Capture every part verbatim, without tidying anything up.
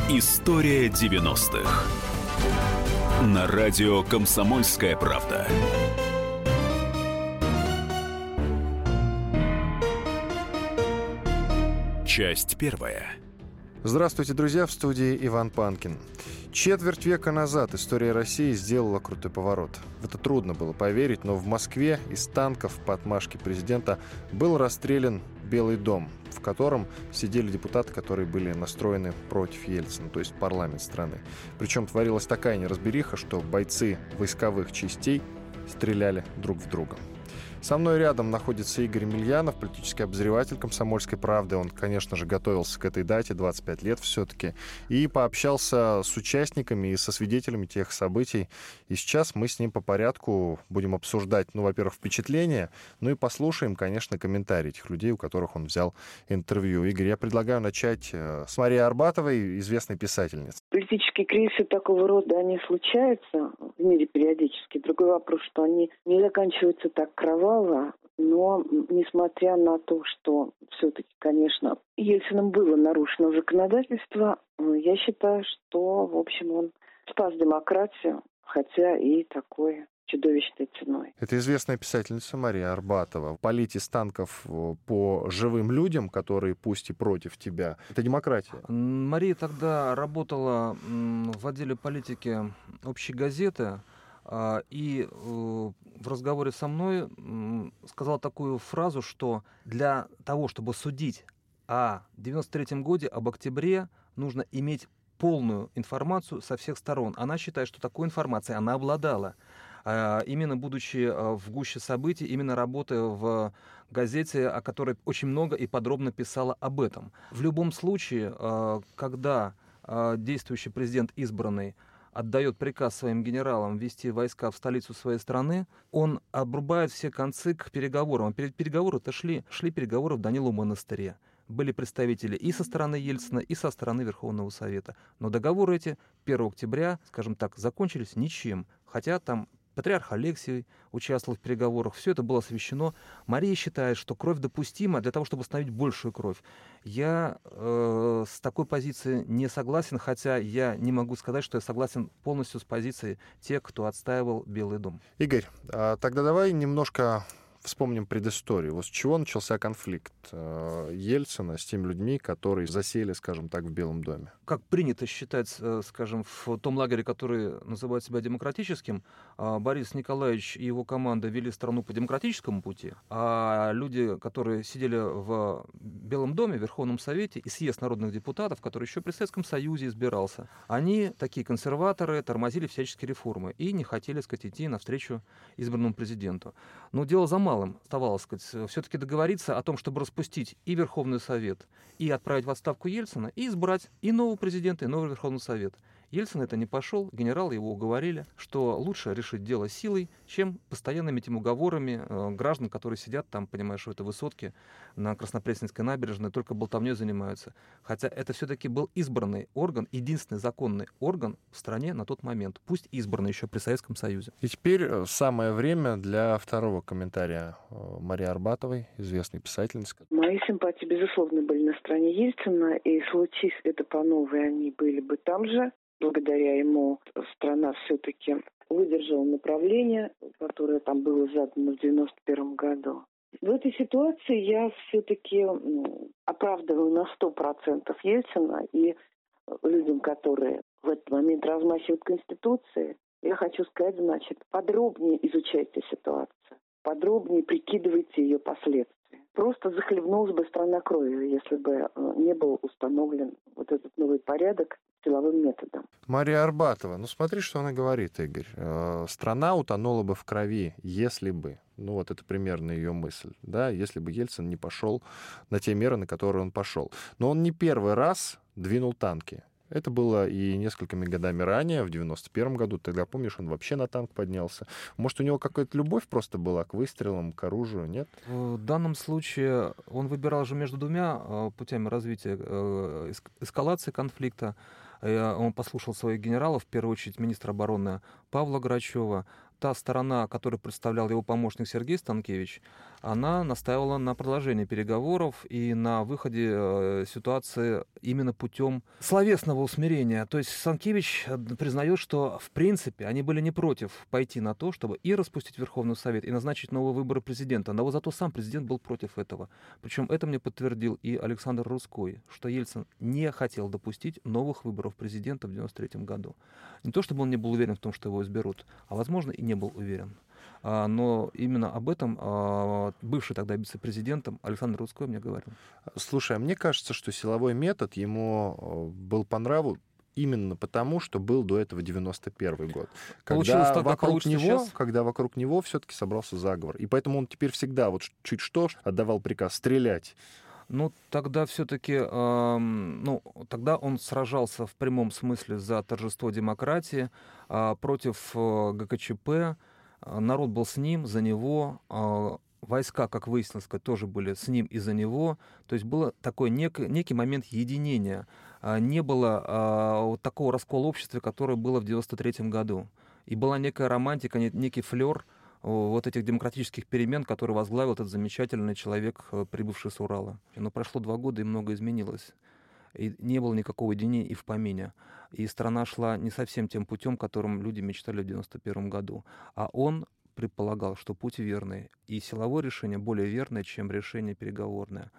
История девяностых. На радио «Комсомольская правда». Часть первая. Здравствуйте, друзья, в студии Иван Панкин. Четверть века назад история России сделала крутой поворот. В это трудно было поверить, но в Москве из танков по отмашке президента был расстрелян Белый дом, в котором сидели депутаты, которые были настроены против Ельцина, то есть парламент страны. Причем творилась такая неразбериха, что бойцы войсковых частей стреляли друг в друга. Со мной рядом находится Игорь Емельянов, политический обозреватель «Комсомольской правды». Он, конечно же, готовился к этой дате, двадцать пять лет все-таки, и пообщался с участниками и со свидетелями тех событий. И сейчас мы с ним по порядку будем обсуждать, ну, во-первых, впечатления, ну и послушаем, конечно, комментарии этих людей, у которых он взял интервью. Игорь, я предлагаю начать с Марии Арбатовой, известной писательницы. Политические кризисы такого рода, они случаются в мире периодически. Другой вопрос, что они не заканчиваются так кроваво. Но, несмотря на то, что все-таки, конечно, Ельциным было нарушено законодательство, я считаю, что, в общем, он спас демократию, хотя и такой чудовищной ценой. Это известная писательница Мария Арбатова. Полить из танков по живым людям, которые пусть и против тебя, это демократия. Мария тогда работала в отделе политики общей газеты, и в разговоре со мной сказала такую фразу, что для того, чтобы судить о девяносто третьем годе, об октябре, нужно иметь полную информацию со всех сторон. Она считает, что такой информацией она обладала. Именно будучи в гуще событий, именно работая в газете, о которой очень много и подробно писала об этом. В любом случае, когда действующий президент избранный отдает приказ своим генералам ввести войска в столицу своей страны, он обрубает все концы к переговорам. А перед переговорами-то шли, шли переговоры в Даниловом монастыре. Были представители и со стороны Ельцина, и со стороны Верховного Совета. Но договоры эти первого октября, скажем так, закончились ничем. Хотя там патриарх Алексий участвовал в переговорах, все это было освещено. Мария считает, что кровь допустима для того, чтобы остановить большую кровь. Я э, с такой позицией не согласен, хотя я не могу сказать, что я согласен полностью с позицией тех, кто отстаивал Белый дом. Игорь, а тогда давай немножко вспомним предысторию. Вот с чего начался конфликт Ельцина с теми людьми, которые засели, скажем так, в Белом доме? Как принято считать, скажем, в том лагере, который называет себя демократическим, Борис Николаевич и его команда вели страну по демократическому пути, а люди, которые сидели в Белом доме, в Верховном Совете и съезд народных депутатов, который еще при Советском Союзе избирался, они, такие консерваторы, тормозили всяческие реформы и не хотели, так сказать, идти навстречу избранному президенту. Но дело за малым оставалось, сказать, все-таки договориться о том, чтобы распустить и Верховный Совет, и отправить в отставку Ельцина, и избрать и нового президента, и новый Верховный Совет. Ельцин это не пошел, генералы его уговорили, что лучше решить дело силой, чем постоянными этими уговорами э, граждан, которые сидят там, понимаешь, в этой высотке на Краснопресненской набережной, только болтовней занимаются. Хотя это все-таки был избранный орган, единственный законный орган в стране на тот момент, пусть избранный еще при Советском Союзе. И теперь самое время для второго комментария Марии Арбатовой, известной писательницы. Мои симпатии, безусловно, были на стороне Ельцина, и случись это по новой, они были бы там же. Благодаря ему страна все-таки выдержала направление, которое там было задано в девяносто первом году. В этой ситуации я все-таки оправдываю на сто процентов Ельцина, и людям, которые в этот момент размахивают Конституцией, я хочу сказать, значит, подробнее изучайте ситуацию, подробнее прикидывайте ее последствия. Просто захлебнулась бы страна кровью, если бы не был установлен вот этот новый порядок силовым методом. Мария Арбатова, ну смотри, что она говорит, Игорь. Э, страна утонула бы в крови, если бы, ну вот это примерно ее мысль, да, если бы Ельцин не пошел на те меры, на которые он пошел. Но он не первый раз двинул танки. Это было и несколькими годами ранее, в девяносто первом году. Тогда, помнишь, он вообще на танк поднялся. Может, у него какая-то любовь просто была к выстрелам, к оружию, нет? В данном случае он выбирал же между двумя путями развития эскалации конфликта. Он послушал своих генералов, в первую очередь министра обороны Павла Грачева. та сторона, которую представлял его помощник Сергей Станкевич, она настаивала на продолжении переговоров и на выходе э, ситуации именно путем словесного усмирения. То есть Станкевич признает, что в принципе они были не против пойти на то, чтобы и распустить Верховный Совет, и назначить новые выборы президента. Но вот зато сам президент был против этого. Причем это мне подтвердил и Александр Рудской, что Ельцин не хотел допустить новых выборов президента в девяносто третьем году. Не то чтобы он не был уверен в том, что его изберут, а возможно и не был уверен. А, но именно об этом а, бывший тогда вице-президентом Александр Рудской мне говорил. Слушай, а мне кажется, что силовой метод ему был по нраву именно потому, что был до этого девяносто первый год. Когда так, вокруг него, сейчас? когда вокруг него все-таки собрался заговор. И поэтому он теперь всегда вот чуть что отдавал приказ стрелять. Ну, тогда все-таки, э, ну, тогда он сражался в прямом смысле за торжество демократии э, против э, ГКЧП. Народ был с ним, за него. Э, войска, как выяснилось, тоже были с ним и за него. То есть был такой нек- некий момент единения. Э, не было э, вот такого раскола общества, которое было в девяносто третьем году. И была некая романтика, некий флер вот этих демократических перемен, которые возглавил этот замечательный человек, прибывший с Урала. Но прошло два года, и многое изменилось. И не было никакого единения и в помине. И страна шла не совсем тем путем, которым люди мечтали в девяносто первом году. А он предполагал, что путь верный. И силовое решение более верное, чем решение переговорное.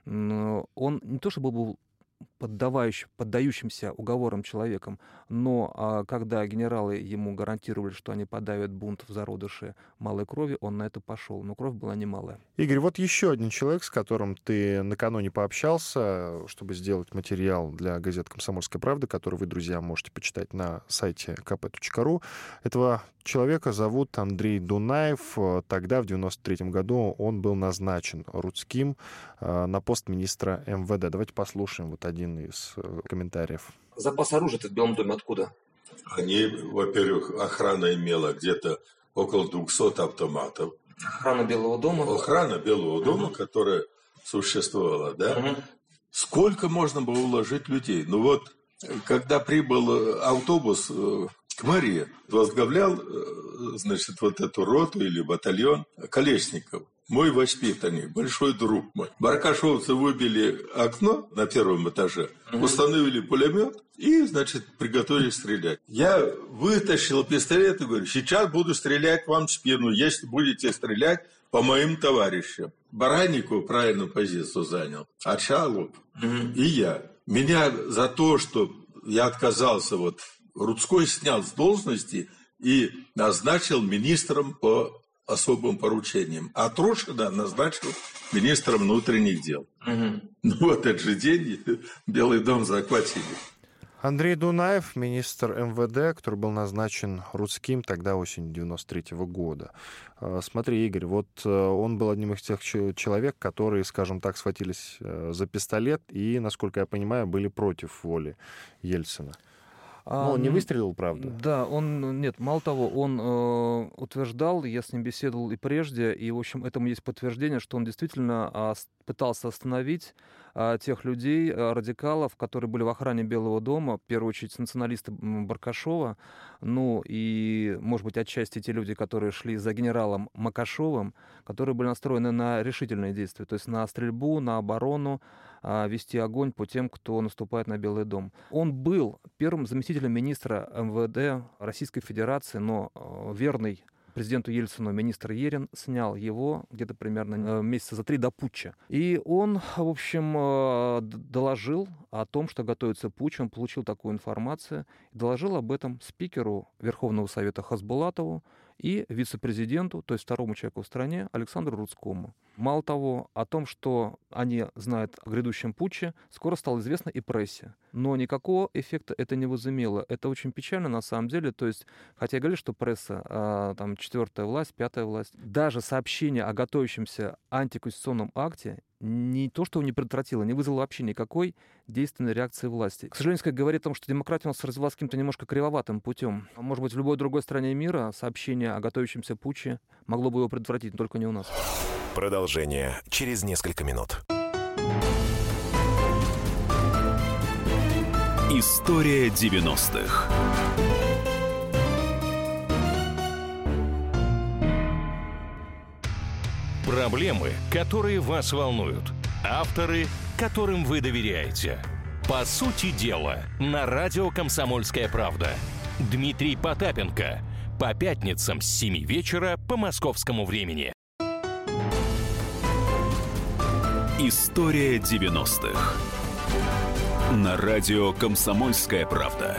Но он не то чтобы был поддавающим, поддающимся уговорам человеком, но а, когда генералы ему гарантировали, что они подавят бунт в зародыше малой крови, он на это пошел, но кровь была немалая. Игорь, вот еще один человек, с которым ты накануне пообщался, чтобы сделать материал для газеты «Комсомольская правда», который вы, друзья, можете почитать на сайте ка пэ точка ру. Этого человека зовут Андрей Дунаев. Тогда, в девяносто третьем году, он был назначен Рудским на пост министра эм вэ дэ. Давайте послушаем вот один из комментариев. Запас оружия в Белом доме откуда? Они, во-первых, охрана имела где-то около двухсот автоматов. Охрана Белого дома? Охрана Белого дома, угу. которая существовала, да? Угу. Сколько можно было уложить людей? Ну вот, когда прибыл автобус к мэрии, возглавлял, значит, вот эту роту или батальон Колесников. Мой воспитанник, большой друг мой. Баркашовцы выбили окно на первом этаже, угу. установили пулемет и, значит, приготовились стрелять. Я вытащил пистолет и говорю, сейчас буду стрелять вам в спину, если будете стрелять по моим товарищам. Баранников правильную позицию занял, а Чалов угу. и я. Меня за то, что я отказался, вот Рудской снял с должности и назначил министром по особым поручением. А Трушина назначил министром внутренних дел. Угу. Ну, в этот же день Белый дом захватили. Андрей Дунаев, министр эм вэ дэ, который был назначен Рудским тогда осенью девяносто третьего года. Смотри, Игорь, вот он был одним из тех человек, которые, скажем так, схватились за пистолет и, насколько я понимаю, были против воли Ельцина. Но он не выстрелил, правда? Да, он, нет, мало того, он э, утверждал, я с ним беседовал и прежде, и, в общем, этому есть подтверждение, что он действительно э, пытался остановить э, тех людей, э, радикалов, которые были в охране Белого дома, в первую очередь националисты Баркашова, ну и, может быть, отчасти те люди, которые шли за генералом Макашовым, которые были настроены на решительные действия, то есть на стрельбу, на оборону, вести огонь по тем, кто наступает на Белый дом. Он был первым заместителем министра эм вэ дэ Российской Федерации, но верный президенту Ельцину министр Ерин снял его где-то примерно месяца за три до путча. И он, в общем, доложил о том, что готовится путч. Он получил такую информацию. Доложил об этом спикеру Верховного Совета Хасбулатову и вице-президенту, то есть второму человеку в стране, Александру Рудскому. Мало того, о том, что они знают о грядущем путче, скоро стало известно и прессе. Но никакого эффекта это не возымело. Это очень печально на самом деле. То есть, хотя я говорю, что пресса, там, четвертая власть, пятая власть, даже сообщение о готовящемся антиконституционном акте не то, что его не предотвратило, не вызвало вообще никакой действенной реакции власти. К сожалению, как говорит о том, что демократия у нас развивалась каким-то немножко кривоватым путем. Может быть, в любой другой стране мира сообщение о готовящемся путче могло бы его предотвратить, но только не у нас. Продолжение через несколько минут. История девяностых. Проблемы, которые вас волнуют. Авторы, которым вы доверяете. По сути дела, на радио «Комсомольская правда». Дмитрий Потапенко. По пятницам с семи вечера по московскому времени. История девяностых. На радио «Комсомольская правда».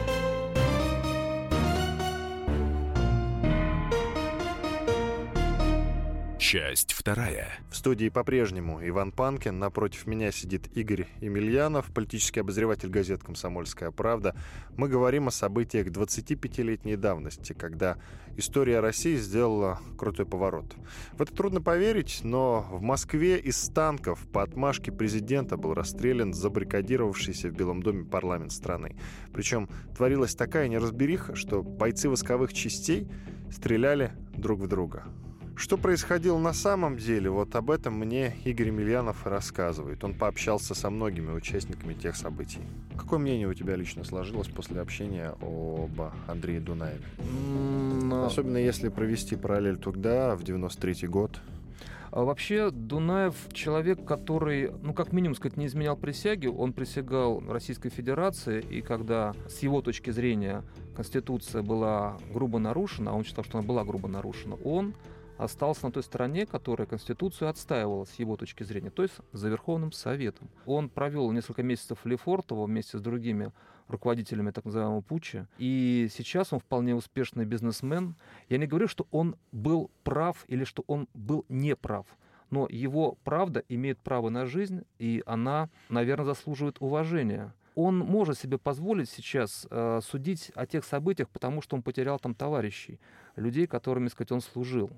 Часть вторая. В студии по-прежнему Иван Панкин. Напротив меня сидит Игорь Емельянов, политический обозреватель газет «Комсомольская правда». Мы говорим о событиях двадцатипятилетней давности, когда история России сделала крутой поворот. В это трудно поверить, но в Москве из танков по отмашке президента был расстрелян забаррикадировавшийся в Белом доме парламент страны. Причем творилась такая неразбериха, что бойцы восковых частей стреляли друг в друга. Что происходило на самом деле, вот об этом мне Игорь Емельянов рассказывает. Он пообщался со многими участниками тех событий. Какое мнение у тебя лично сложилось после общения об Андрее Дунаеве? Но... Особенно если провести параллель туда, в девяносто третий год. А вообще, Дунаев человек, который, ну, как минимум сказать, не изменял присяги. Он присягал Российской Федерации, и когда, с его точки зрения, Конституция была грубо нарушена, а он считал, что она была грубо нарушена, он остался на той стороне, которая Конституцию отстаивала с его точки зрения, то есть за Верховным Советом. Он провел несколько месяцев в Лефортово вместе с другими руководителями так называемого путча, и сейчас он вполне успешный бизнесмен. Я не говорю, что он был прав или что он был неправ, но его правда имеет право на жизнь, и она, наверное, заслуживает уважения. Он может себе позволить сейчас э, судить о тех событиях, потому что он потерял там товарищей, людей, которыми, сказать, он служил.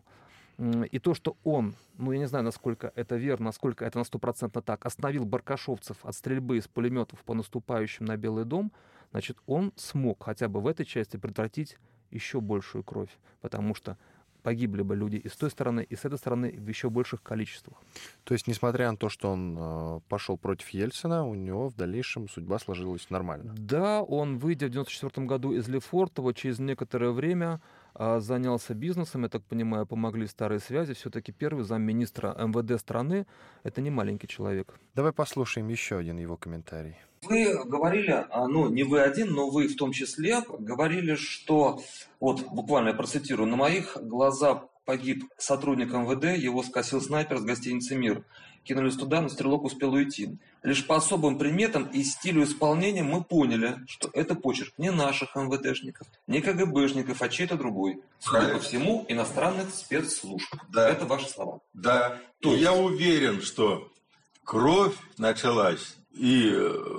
И то, что он, ну я не знаю, насколько это верно, насколько это на стопроцентно так, остановил баркашовцев от стрельбы из пулеметов по наступающим на Белый дом, значит, он смог хотя бы в этой части предотвратить еще большую кровь, потому что погибли бы люди и с той стороны, и с этой стороны в еще больших количествах. То есть, несмотря на то, что он э, пошел против Ельцина, у него в дальнейшем судьба сложилась нормально? Да, он, выйдя в девяносто четвёртом году из Лефортово, через некоторое время э, занялся бизнесом, я так понимаю, помогли старые связи. Все-таки первый замминистра эм вэ дэ страны — это не маленький человек. Давай послушаем еще один его комментарий. Вы говорили, ну не вы один, но вы в том числе, говорили, что, вот буквально я процитирую, на моих глазах погиб сотрудник эм вэ дэ, его скосил снайпер с гостиницы «Мир». Кинулись туда, но стрелок успел уйти. Лишь по особым приметам и стилю исполнения мы поняли, что это почерк не наших эм вэ дэшников, не ка гэ бэшников, а чей-то другой. Судя по всему, иностранных спецслужб. Да. Это ваши слова. Да. То есть... Я уверен, что кровь началась, и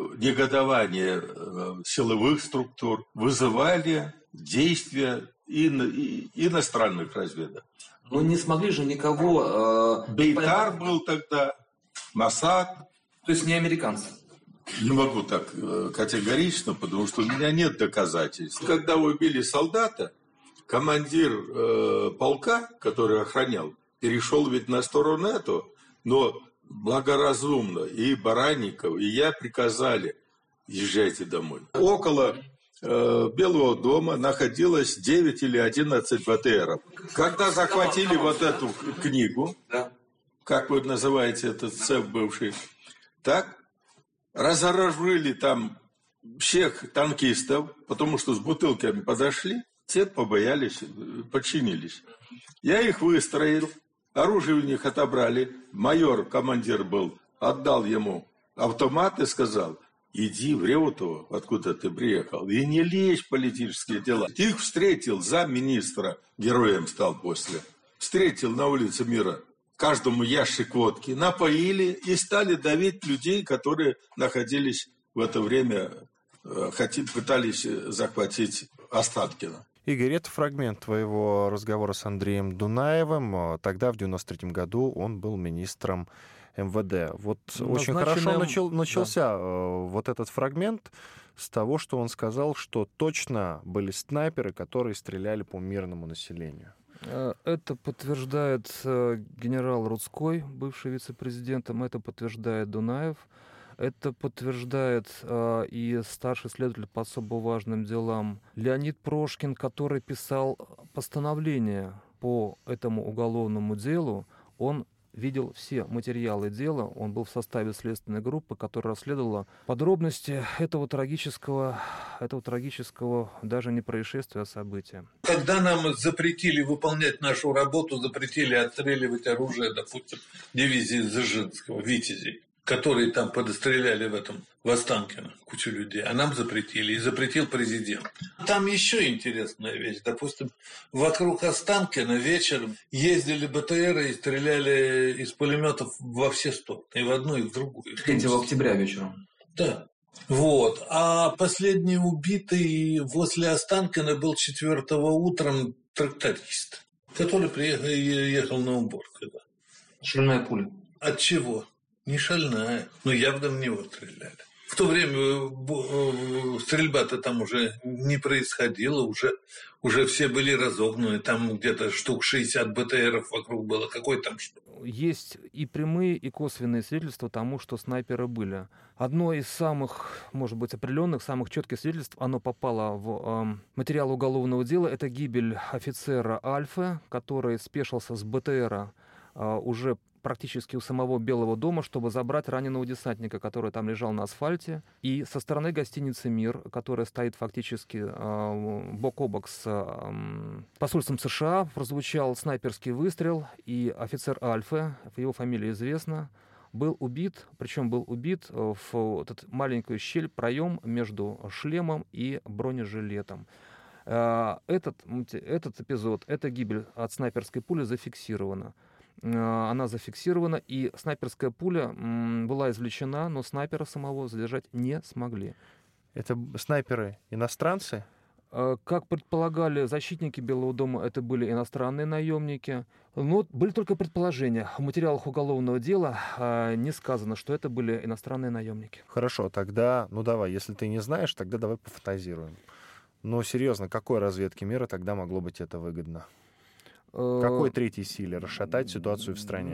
негодование силовых структур вызывали действия иностранных разведок. Но не смогли же никого... Э, Бейтар поймать. был тогда, Моссад. То есть не американцы? Не могу так категорично, потому что у меня нет доказательств. Когда убили солдата, командир э, полка, который охранял, перешел ведь на сторону эту, но благоразумно и Баранников, и я приказали: езжайте домой. Около э, Белого дома находилось девять или одиннадцать бэ тэ эров. Когда захватили вот эту книгу, Да. как вы называете этот цех бывший, так, разоружили там всех танкистов, потому что с бутылками подошли, те побоялись, подчинились. Я их выстроил, оружие у них отобрали, майор, командир был, отдал ему автомат и сказал: иди в Реутово, откуда ты приехал, и не лезь в политические дела. Их встретил замминистра, героем стал после, встретил на улице Мира, каждому ящик водки, напоили и стали давить людей, которые находились в это время, пытались захватить Остаткина. Игорь, это фрагмент твоего разговора с Андреем Дунаевым. Тогда, в девяносто третьем году, он был министром эм вэ дэ. Вот очень хорошо начал, начался да. вот этот фрагмент с того, что он сказал, что точно были снайперы, которые стреляли по мирному населению. Это подтверждает генерал Рудской, бывший вице-президентом, это подтверждает Дунаев. Это подтверждает э, и старший следователь по особо важным делам Леонид Прошкин, который писал постановление по этому уголовному делу он видел все материалы дела, он был в составе следственной группы, которая расследовала подробности этого трагического, этого трагического даже не происшествия, а события. Когда нам запретили выполнять нашу работу, запретили отстреливать оружие, допустим, дивизии Дзержинского, Витязей, которые там подостреляли в этом, в Останкино, кучу людей, а нам запретили, и запретил президент. Там еще интересная вещь. Допустим, вокруг Останкина вечером ездили БТРы и стреляли из пулеметов во все стороны, и в одну, и в другую. третьего октября вечером. Да. Вот. А последний убитый возле Останкина был четвертого утром тракторист, который приехал, ехал на уборку. Да. Шальная пуля. От чего? Не шальная, но явно в него стреляли. В то время стрельба-то там уже не происходила, уже, уже все были разогнаны, там где-то штук шестьдесят БТРов вокруг было, какой там что? Есть и прямые, и косвенные свидетельства тому, что снайперы были. Одно из самых, может быть, определенных, самых четких свидетельств, оно попало в э, материал уголовного дела, это гибель офицера Альфы, который спешился с БТРа э, уже практически у самого Белого дома, чтобы забрать раненого десантника, который там лежал на асфальте. И со стороны гостиницы «Мир», которая стоит фактически э, бок о бок с э, посольством США, прозвучал снайперский выстрел, и офицер Альфы, его фамилия известна, был убит, причем был убит в этот маленькую щель, проем между шлемом и бронежилетом. Этот, этот эпизод, эта гибель от снайперской пули зафиксирована. Она зафиксирована, и снайперская пуля м, была извлечена, но снайпера самого задержать не смогли. Это снайперы иностранцы? Как предполагали защитники Белого дома, это были иностранные наемники. Но были только предположения. В материалах уголовного дела а, не сказано, что это были иностранные наемники. Хорошо, тогда, ну давай, если ты не знаешь, тогда давай пофантазируем. Ну, серьезно, какой разведке мира тогда могло быть это выгодно? Какой третьей силе расшатать ситуацию в стране?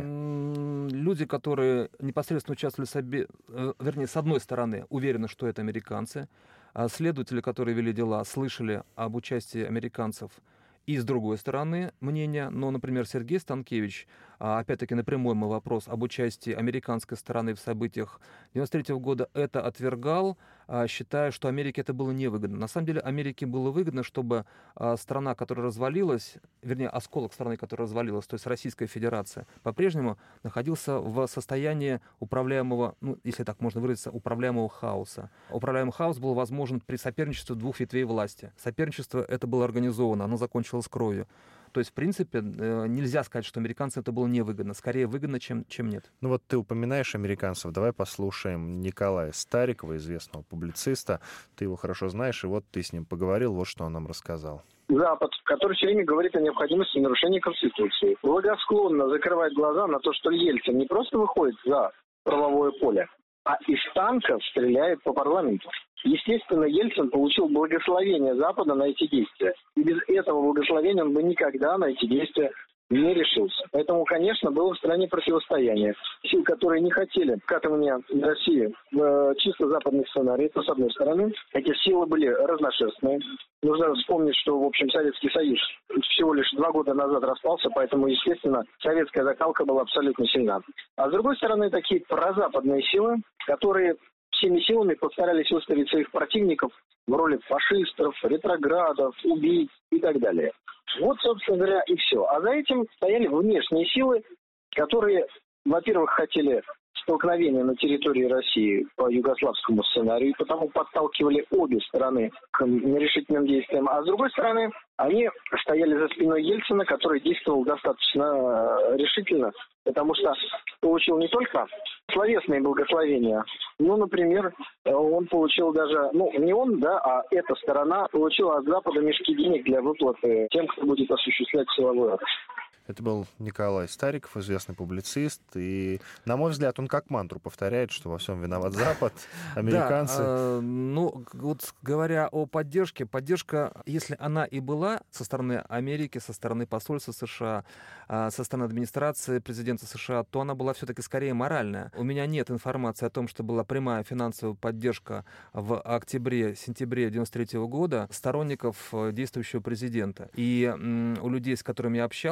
Люди, которые непосредственно участвовали, с обе... вернее, с одной стороны, уверены, что это американцы. А следователи, которые вели дела, слышали об участии американцев. И с другой стороны мнение, но, например, Сергей Станкевич, опять-таки на прямой мой вопрос об участии американской стороны в событиях девяносто третьего года это отвергал, считая, что Америке это было невыгодно. На самом деле Америке было выгодно, чтобы страна, которая развалилась, вернее, осколок страны, которая развалилась, то есть Российская Федерация, по-прежнему находился в состоянии управляемого, ну, если так можно выразиться, управляемого хаоса. Управляемый хаос был возможен при соперничестве двух ветвей власти. Соперничество это было организовано, оно закончилось кровью. То есть, в принципе, нельзя сказать, что американцам это было невыгодно. Скорее выгодно, чем, чем нет. Ну вот ты упоминаешь американцев. Давай послушаем Николая Старикова, известного публициста. Ты его хорошо знаешь, и вот ты с ним поговорил, вот что он нам рассказал. Запад, который все время говорит о необходимости нарушения Конституции, благосклонно закрывает глаза на то, что Ельцин не просто выходит за правовое поле, а из танков стреляет по парламенту. Естественно, Ельцин получил благословение Запада на эти действия. И без этого благословения он бы никогда на эти действия не решился. Поэтому, конечно, было в стране противостояние. Сил, которые не хотели вкатывания России в чисто западный сценарий, это с одной стороны. Эти силы были разношерстные. Нужно вспомнить, что, в общем, Советский Союз всего лишь два года назад распался, поэтому, естественно, советская закалка была абсолютно сильна. А с другой стороны, такие прозападные силы, которые всеми силами постарались выставить своих противников в роли фашистов, ретроградов, убийц и так далее. Вот, собственно говоря, и все. А за этим стояли внешние силы, которые, во-первых, хотели столкновения на территории России по югославскому сценарию, и потому подталкивали обе стороны к нерешительным действиям. А с другой стороны, они стояли за спиной Ельцина, который действовал достаточно решительно, потому что получил не только словесные благословения, но, например, он получил даже, ну, не он, да, а эта сторона получила от Запада мешки денег для выплаты тем, кто будет осуществлять силовой акт. Это был Николай Стариков, известный публицист, и, на мой взгляд, он как мантру повторяет, что во всем виноват Запад, американцы. Да, ну, вот говоря о поддержке, поддержка, если она и была со стороны Америки, со стороны посольства США, со стороны администрации президента США, то она была все-таки скорее моральная. У меня нет информации о том, что была прямая финансовая поддержка в октябре-сентябре девяносто третьего года сторонников действующего президента. И м, у людей, с которыми я общался,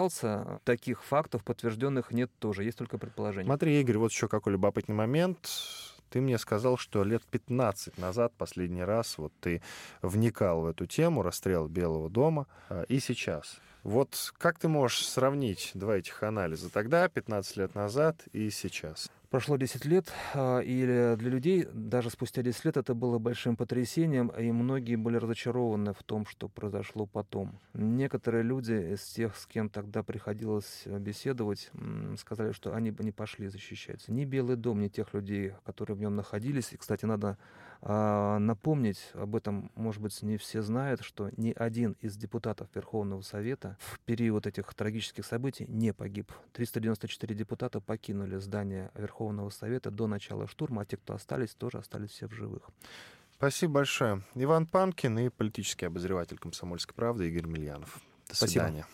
конечно, таких фактов подтвержденных нет тоже, есть только предположения. Смотри, Игорь, вот еще какой любопытный момент. Ты мне сказал, что лет пятнадцать назад, последний раз, вот ты вникал в эту тему, расстрел Белого дома, и сейчас. Вот как ты можешь сравнить два этих анализа? Тогда, пятнадцать лет назад, и сейчас? Прошло десять лет, и для людей даже спустя десять лет это было большим потрясением, и многие были разочарованы в том, что произошло потом. Некоторые люди из тех, с кем тогда приходилось беседовать, сказали, что они бы не пошли защищаться. Ни Белый дом, ни тех людей, которые в нем находились. И, кстати, надо а, напомнить, об этом, может быть, не все знают, что ни один из депутатов Верховного Совета в период этих трагических событий не погиб. триста девяносто четыре депутата покинули здание Верховного Совета до начала штурма, а те, кто остались, тоже остались все в живых. Спасибо большое. Иван Панкин и политический обозреватель «Комсомольской правды» Игорь Мильянов. До Спасибо. свидания.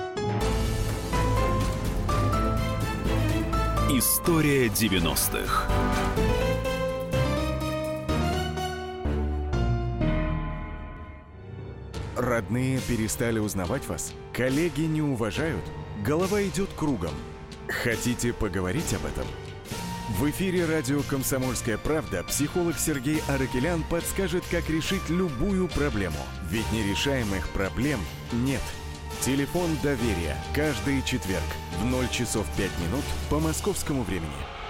История девяностых. Родные перестали узнавать вас? Коллеги не уважают? Голова идет кругом. Хотите поговорить об этом? В эфире радио «Комсомольская правда» психолог Сергей Аракелян подскажет, как решить любую проблему. Ведь нерешаемых проблем нет. Телефон доверия. Каждый четверг в ноль часов пять минут по московскому времени.